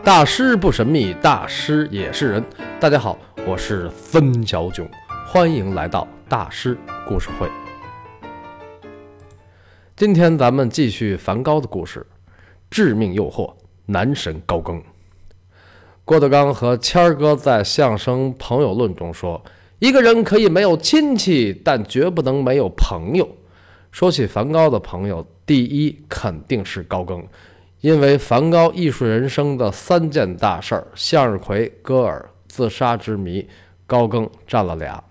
大师不神秘，大师也是人。大家好，我是分小囧，欢迎来到大师故事会。今天咱们继续梵高的故事，致命诱惑，男神高更。郭德纲和谦儿哥在相声《朋友论》中说，一个人可以没有亲戚，但绝不能没有朋友。说起梵高的朋友，第一肯定是高更，因为梵高艺术人生的三件大事儿，向日葵、戈尔、自杀之谜，高更占了俩。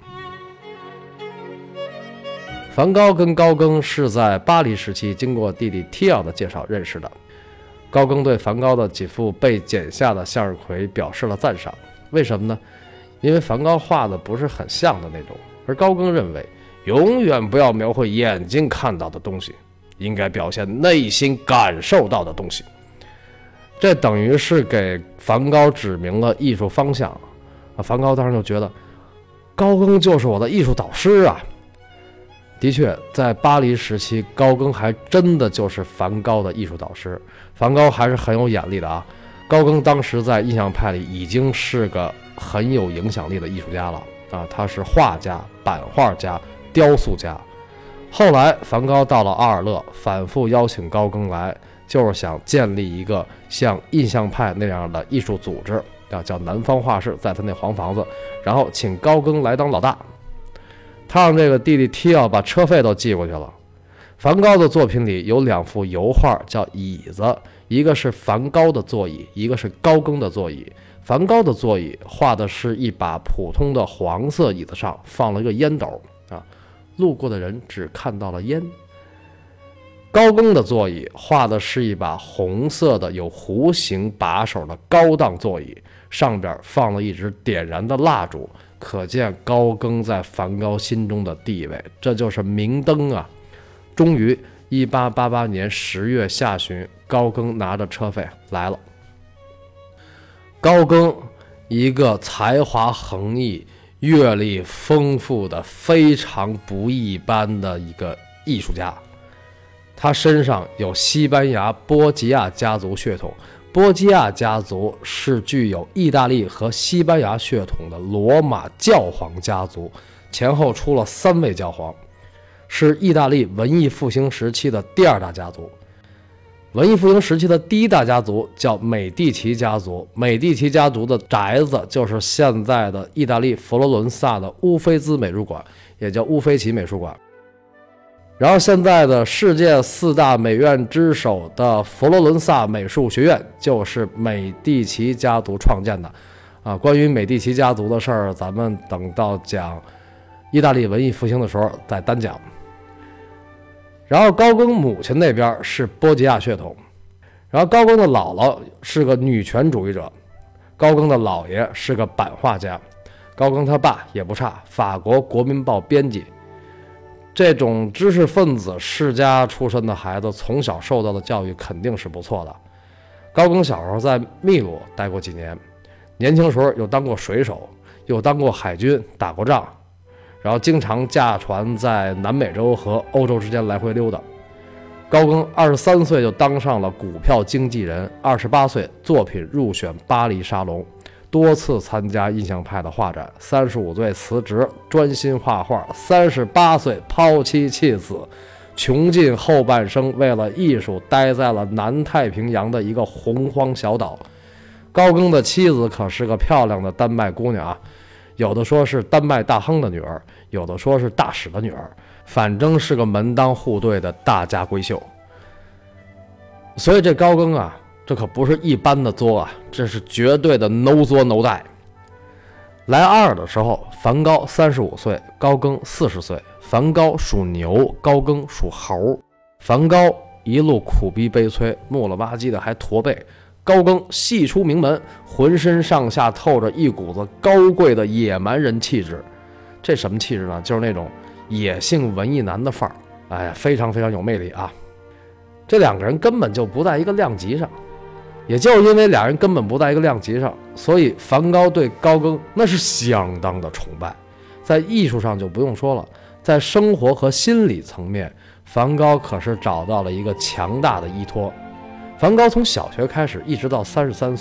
梵高跟高更是在巴黎时期经过弟弟提奥的介绍认识的。高更对梵高的几幅被剪下的向日葵表示了赞赏，为什么呢？因为梵高画的不是很像的那种，而高更认为永远不要描绘眼睛看到的东西，应该表现内心感受到的东西。这等于是给梵高指明了艺术方向。梵高当时就觉得高更就是我的艺术导师啊。的确，在巴黎时期，高更还真的就是梵高的艺术导师。梵高还是很有眼力的啊。高更当时在印象派里已经是个很有影响力的艺术家了啊，他是画家、版画家、雕塑家。后来梵高到了阿尔勒，反复邀请高更来，就是想建立一个像印象派那样的艺术组织，叫南方画室，在他那黄房子，然后请高更来当老大。他让这个弟弟提奥把车费都寄过去了。梵高的作品里有两幅油画叫椅子，一个是梵高的座椅，一个是高更的座椅。梵高的座椅画的是一把普通的黄色椅子上放了一个烟斗啊，路过的人只看到了烟。高更的座椅画的是一把红色的有弧形把手的高档座椅，上边放了一只点燃的蜡烛，可见高更在梵高心中的地位，这就是明灯啊。终于1888年10月下旬，高更拿着车费来了。高更一个才华横溢、阅历丰富的非常不一般的一个艺术家，他身上有西班牙波吉亚家族血统。波吉亚家族是具有意大利和西班牙血统的罗马教皇家族，前后出了3位教皇，是意大利文艺复兴时期的第2大家族。文艺复兴时期的第1大家族叫美第奇家族，美第奇家族的宅子就是现在的意大利佛罗伦萨的乌菲兹美术馆，也叫乌菲齐美术馆。然后现在的世界4大美院之首的佛罗伦萨美术学院就是美第奇家族创建的啊。关于美第奇家族的事儿，咱们等到讲意大利文艺复兴的时候再单讲。然后高更母亲那边是波吉亚血统，然后高更的姥姥是个女权主义者，高更的姥爷是个版画家，高更他爸也不差，法国国民报编辑。这种知识分子世家出身的孩子，从小受到的教育肯定是不错的。高更小时候在秘鲁待过几年，年轻时候又当过水手，又当过海军，打过仗，然后经常驾船在南美洲和欧洲之间来回溜达。高更23岁就当上了股票经纪人，28岁作品入选巴黎沙龙，多次参加印象派的画展，35岁辞职专心画画，38岁抛妻弃子，穷尽后半生为了艺术待在了南太平洋的一个洪荒小岛。高更的妻子可是个漂亮的丹麦姑娘啊，有的说是丹麦大亨的女儿，有的说是大使的女儿，反正是个门当户对的大家闺秀。所以这高更啊，这可不是一般的作啊，这是绝对的 no 作 no die。来阿尔的时候，梵高35岁，高更40岁。梵高属牛，高更属猴。梵高一路苦逼悲催，木了吧唧的还驼背。高更系出名门，浑身上下透着一股子高贵的野蛮人气质。这什么气质呢？就是那种野性文艺男的范儿，哎呀，非常非常有魅力啊！这两个人根本就不在一个量级上，也就是因为俩人根本不在一个量级上，所以梵高对高更那是相当的崇拜。在艺术上就不用说了，在生活和心理层面，梵高可是找到了一个强大的依托。梵高从小学开始一直到33岁，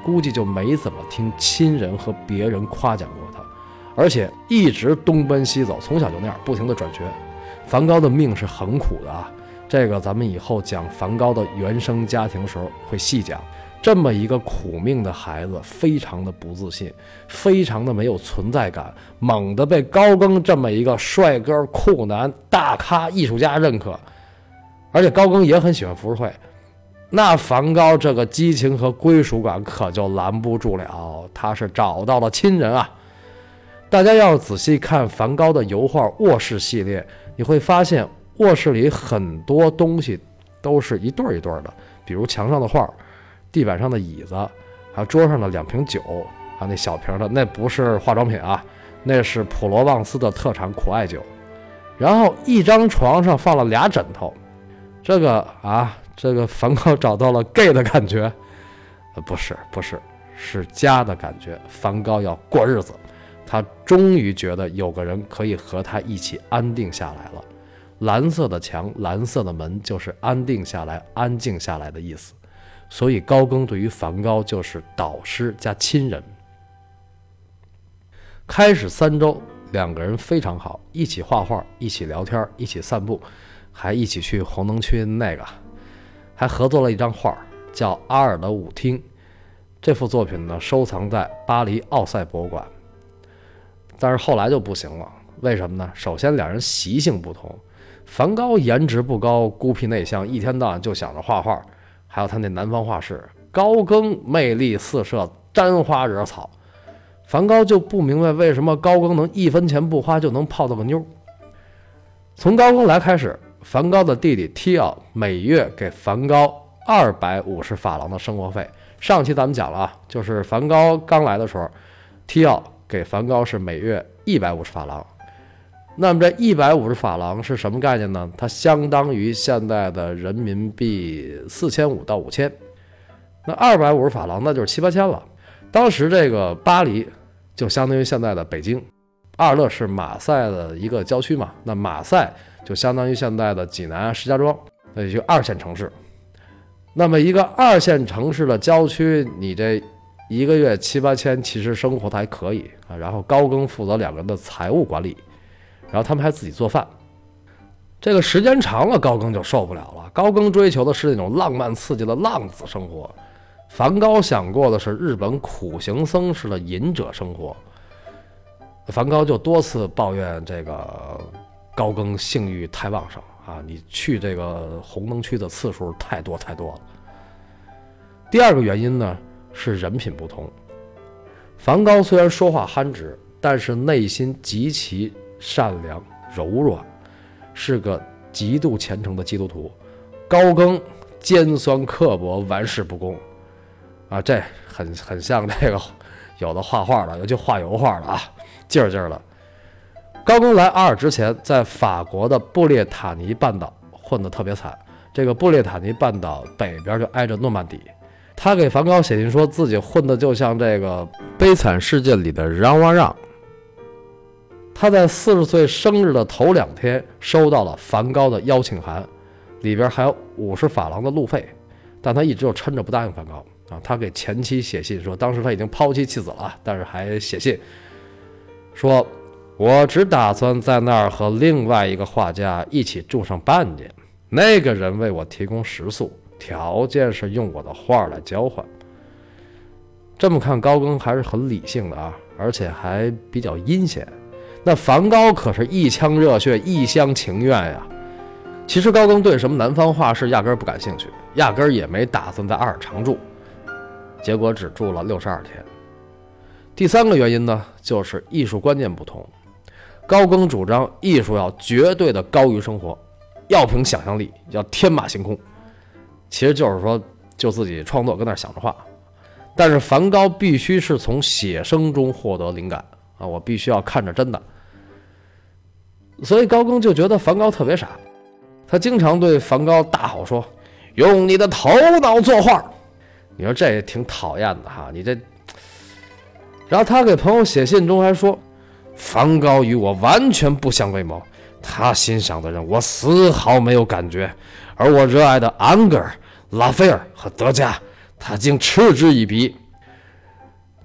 估计就没怎么听亲人和别人夸奖过他，而且一直东奔西走，从小就那样不停地转学。梵高的命是很苦的啊，这个咱们以后讲梵高的原生家庭时候会细讲。这么一个苦命的孩子，非常的不自信，非常的没有存在感，猛地被高更这么一个帅哥酷男大咖艺术家认可，而且高更也很喜欢浮世绘，那梵高这个激情和归属感可就拦不住了，他是找到了亲人啊。大家要仔细看梵高的油画卧室系列，你会发现卧室里很多东西都是一对一对的，比如墙上的画，地板上的椅子，还有桌上的2瓶酒啊，那小瓶的那不是化妆品啊，那是普罗旺斯的特产苦艾酒。然后一张床上放了2枕头，这个梵高找到了 gay 的感觉，不是，是家的感觉。梵高要过日子，他终于觉得有个人可以和他一起安定下来了。蓝色的墙，蓝色的门，就是安定下来、安静下来的意思。所以高更对于梵高就是导师加亲人。开始3周，2个人非常好，一起画画，一起聊天，一起散步，还一起去红灯区还合作了一张画叫《阿尔的舞厅》。这幅作品呢，收藏在巴黎奥赛博物馆。但是后来就不行了，为什么呢？首先2人习性不同，梵高颜值不高，孤僻内向，一天到晚就想着画画，还有他那南方画室。高更魅力四射，沾花惹草。梵高就不明白为什么高更能1分钱不花就能泡到个妞。从高更来开始，梵高的弟弟提奥每月给梵高250法郎的生活费。上期咱们讲了啊，就是梵高刚来的时候，提奥给梵高是每月150法郎。那么这150法郎是什么概念呢？它相当于现在的人民币4500到5000。那250法郎那就是7、8千了。当时这个巴黎就相当于现在的北京，阿尔勒是马赛的一个郊区嘛，那马赛就相当于现在的济南、石家庄，那也就2线城市。那么一个2线城市的郊区，你这一个月7、8千，其实生活的还可以啊。然后高更负责2个人的财务管理，然后他们还自己做饭。这个时间长了，高更就受不了了。高更追求的是那种浪漫刺激的浪子生活，梵高想过的是日本苦行僧式的隐者生活。梵高就多次抱怨这个高更性欲太旺盛啊，你去这个红灯区的次数太多了。第2个原因呢，是人品不同。梵高虽然说话憨直，但是内心极其善良柔软，是个极度虔诚的基督徒。高更尖酸刻薄，玩世不恭啊，这很像这个有的画画的，尤其画油画的啊，劲儿的。高更来阿尔之前，在法国的布列塔尼半岛混得特别惨。这个布列塔尼半岛北边就挨着诺曼底。他给梵高写信说自己混得就像这个悲惨世界里的让哇让。他在40岁生日的头2天收到了梵高的邀请函，里边还有50法郎的路费，但他一直就抻着不答应梵高啊。他给前妻写信说，当时他已经抛妻弃子了，但是还写信说，我只打算在那儿和另外一个画家一起住上半年，那个人为我提供食宿，条件是用我的画来交换。这么看，高更还是很理性的啊，而且还比较阴险。那梵高可是一腔热血，一厢情愿呀。其实高更对什么南方画室压根儿不感兴趣，压根儿也没打算在阿尔常住，结果只住了62天。第3个原因呢，就是艺术观念不同。高更主张艺术要绝对的高于生活，要凭想象力，要天马行空，其实就是说就自己创作跟那想着画。但是梵高必须是从写生中获得灵感啊，我必须要看着真的。所以高更就觉得梵高特别傻，他经常对梵高大吼说，用你的头脑作画。你说这也挺讨厌的哈，你这。然后他给朋友写信中还说，梵高与我完全不相为谋，他欣赏的人我丝毫没有感觉，而我热爱的安格尔、拉斐尔和德加，他竟嗤之以鼻。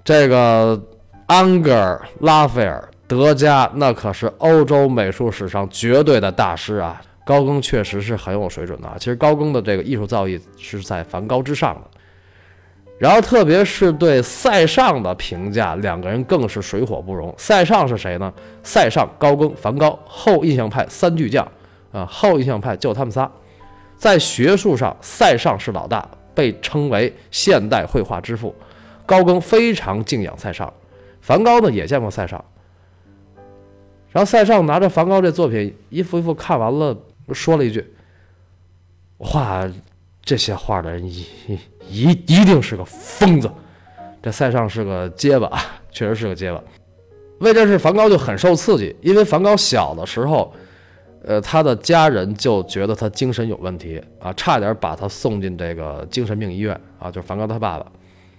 这个安格尔、拉斐尔、德加那可是欧洲美术史上绝对的大师啊。高更确实是很有水准的啊。其实高更的这个艺术造诣是在梵高之上的。然后特别是对塞尚的评价，两个人更是水火不容。塞尚是谁呢？塞尚、高更、梵高，后印象派三巨匠啊。后印象派就他们仨。在学术上，塞尚是老大，被称为现代绘画之父。高更非常敬仰塞尚，梵高呢也见过塞尚。然后塞尚拿着梵高这作品一幅一幅看完了，说了一句：“画这些画的人一定是个疯子。”这塞尚是个结巴，确实是个结巴。为这事，梵高就很受刺激，因为梵高小的时候，他的家人就觉得他精神有问题啊，差点把他送进这个精神病医院啊，就是梵高他爸爸。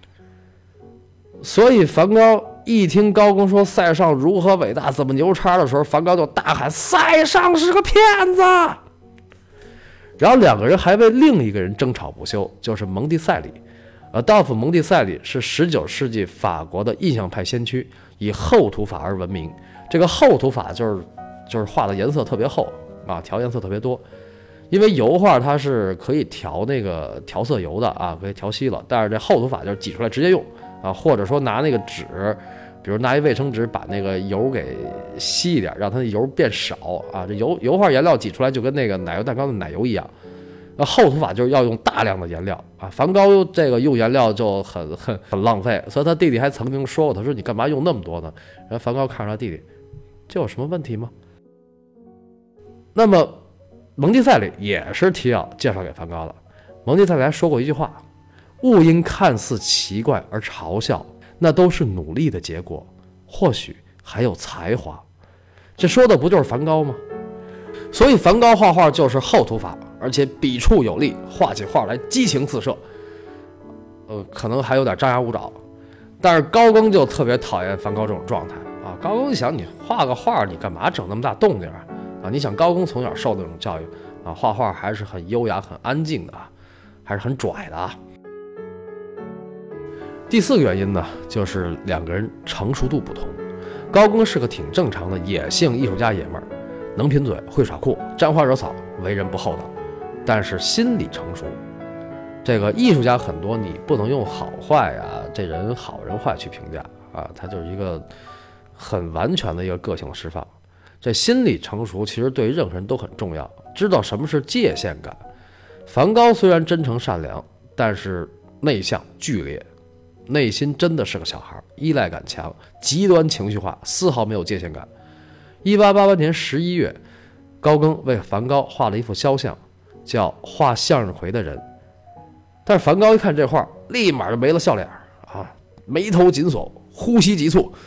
所以梵高一听高更说塞尚如何伟大怎么牛叉的时候，梵高就大喊塞尚是个骗子。然后两个人还为另一个人争吵不休，就是蒙蒂塞里。道夫·蒙蒂塞里是19世纪法国的印象派先驱，以厚涂法而闻名。这个厚涂法就是画的颜色特别厚啊，调颜色特别多。因为油画它是可以调那个调色油的啊，可以调稀了，但是这厚涂法就是挤出来直接用啊，或者说拿那个纸，比如拿一卫生纸把那个油给稀一点，让它的油变少啊。这油画颜料挤出来就跟那个奶油蛋糕的奶油一样。厚涂法就是要用大量的颜料啊。梵高这个用颜料就很浪费，所以他弟弟还曾经说过，他说你干嘛用那么多呢？然后梵高看着他弟弟，这有什么问题吗？那么蒙蒂塞里也是提奥介绍给梵高的。蒙蒂塞里还说过一句话：勿因看似奇怪而嘲笑，那都是努力的结果，或许还有才华。这说的不就是梵高吗？所以梵高画画就是厚涂法，而且笔触有力，画起画来激情四射，可能还有点张牙舞爪。但是高更就特别讨厌梵高这种状态啊。高更一想，你画个画你干嘛整那么大动静啊？你想高更从小受那种教育啊，画画还是很优雅很安静的啊，还是很拽的啊。第四个原因呢，就是两个人成熟度不同。高更是个挺正常的野性艺术家爷们儿，能贫嘴，会耍酷，沾花惹草，为人不厚道，但是心理成熟。这个艺术家很多，你不能用好坏啊，这人好人坏去评价啊，他就是一个很完全的一个个性的释放。这心理成熟其实对于任何人都很重要，知道什么是界限感。梵高虽然真诚善良，但是内向剧烈，内心真的是个小孩，依赖感强，极端情绪化，丝毫没有界限感。1888年11月，高更为梵高画了一幅肖像，叫《画向日葵的人》。但是梵高一看这画，立马就没了笑脸啊，眉头紧锁，呼吸急促。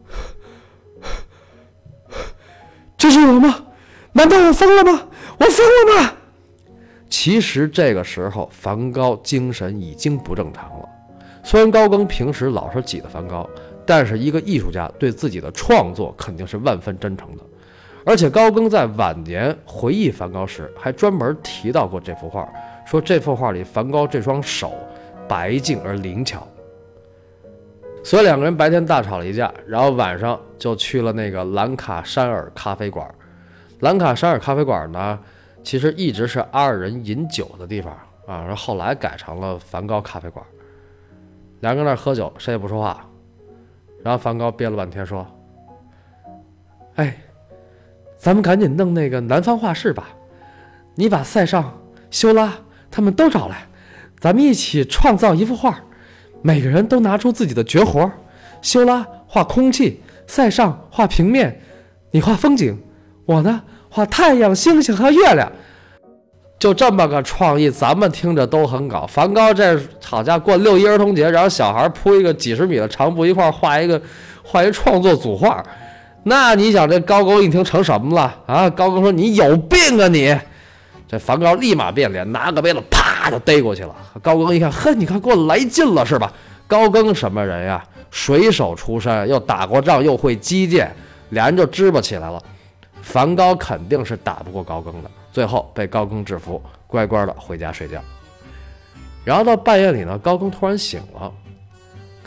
这是我吗？难道我疯了吗？我疯了吗？其实这个时候梵高精神已经不正常了。虽然高更平时老是挤得梵高，但是一个艺术家对自己的创作肯定是万分真诚的。而且高更在晚年回忆梵高时还专门提到过这幅画，说这幅画里梵高这双手白净而灵巧。所以两个人白天大吵了一架，然后晚上就去了那个兰卡山尔咖啡馆。兰卡山尔咖啡馆呢，其实一直是阿尔人饮酒的地方啊，然后后来改成了梵高咖啡馆。两个人在那喝酒，谁也不说话。然后梵高憋了半天说：“哎，咱们赶紧弄那个南方画室吧，你把塞尚、修拉他们都找来，咱们一起创造一幅画。每个人都拿出自己的绝活，修拉画空气，塞尚画平面，你画风景，我呢画太阳、星星和月亮。”就这么个创意，咱们听着都很搞。梵高这好家伙过6·1儿童节，然后小孩铺一个几十米的长布一块画一创作组画，那你想这高更一听成什么了啊？高更说：“你有病啊你！”这梵高立马变脸，拿个杯子啪就逮过去了。高更一看，呵，你看给我来劲了是吧？高更什么人呀？水手出身，又打过仗，又会击剑，俩人就支吧起来了。梵高肯定是打不过高更的，最后被高更制服，乖乖的回家睡觉。然后到半夜里呢，高更突然醒了，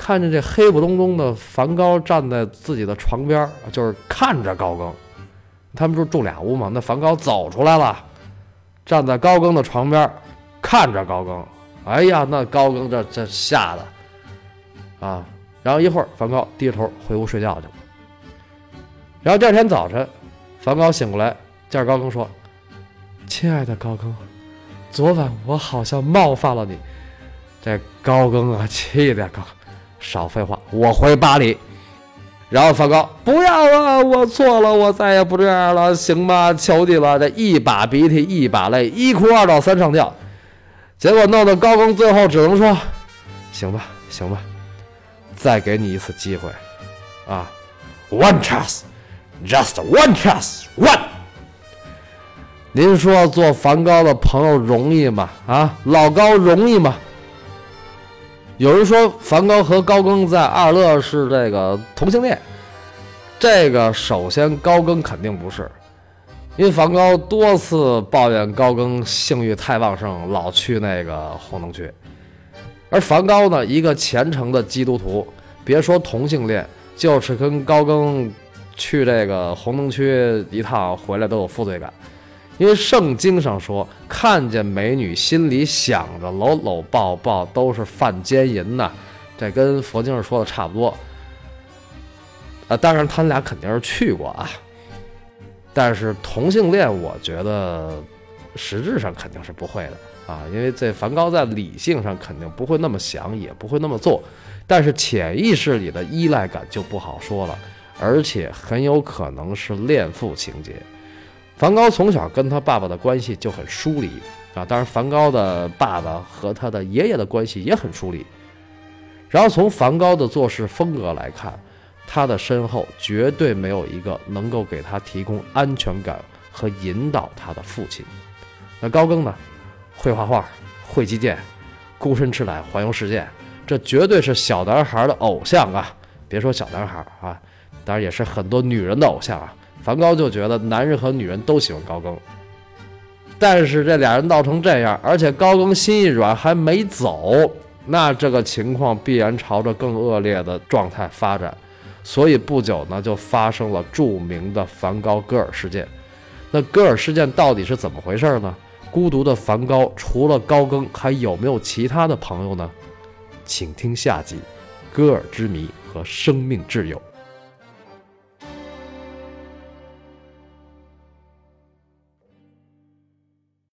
看见这黑不隆咚的梵高站在自己的床边，就是看着高更。他们就住俩屋嘛，那梵高走出来了，站在高更的床边看着高更。哎呀，那高更这吓的啊！然后一会儿梵高低着头回屋睡觉去了。然后第二天早晨，梵高醒过来，见着高更说：“亲爱的高更，昨晚我好像冒犯了你。”这高更啊，气的高，少废话，我回巴黎。然后梵高，不要啊，我错了，我再也不这样了，行吗？求你了！这一把鼻涕一把泪，一哭二闹三上吊，结果弄得高更最后只能说：“行吧，行吧，再给你一次机会啊 ，one chance。”Just one chance, one。您说做梵高的朋友容易吗？啊，老高容易吗？有人说梵高和高更在二乐是这个同性恋，这个首先高更肯定不是，因为梵高多次抱怨高更性欲太旺盛，老去那个红灯区，而梵高呢，一个虔诚的基督徒，别说同性恋，就是跟高更去这个红灯区一趟回来都有负罪感，因为圣经上说，看见美女心里想着搂搂抱抱都是犯奸淫呐，这跟佛经上说的差不多。当然他们俩肯定是去过啊，但是同性恋我觉得实质上肯定是不会的啊，因为这梵高在理性上肯定不会那么想，也不会那么做，但是潜意识里的依赖感就不好说了。而且很有可能是恋父情节。梵高从小跟他爸爸的关系就很疏离啊，当然梵高的爸爸和他的爷爷的关系也很疏离。然后从梵高的做事风格来看，他的身后绝对没有一个能够给他提供安全感和引导他的父亲。那高更呢，会画画，会击剑，孤身赤胆环游世界，这绝对是小男孩的偶像啊！别说小男孩啊，当然也是很多女人的偶像啊。梵高就觉得男人和女人都喜欢高更，但是这俩人闹成这样，而且高更心一软还没走，那这个情况必然朝着更恶劣的状态发展。所以不久呢，就发生了著名的梵高戈尔事件。那戈尔事件到底是怎么回事呢？孤独的梵高除了高更还有没有其他的朋友呢？请听下集《戈尔之谜和生命挚友》。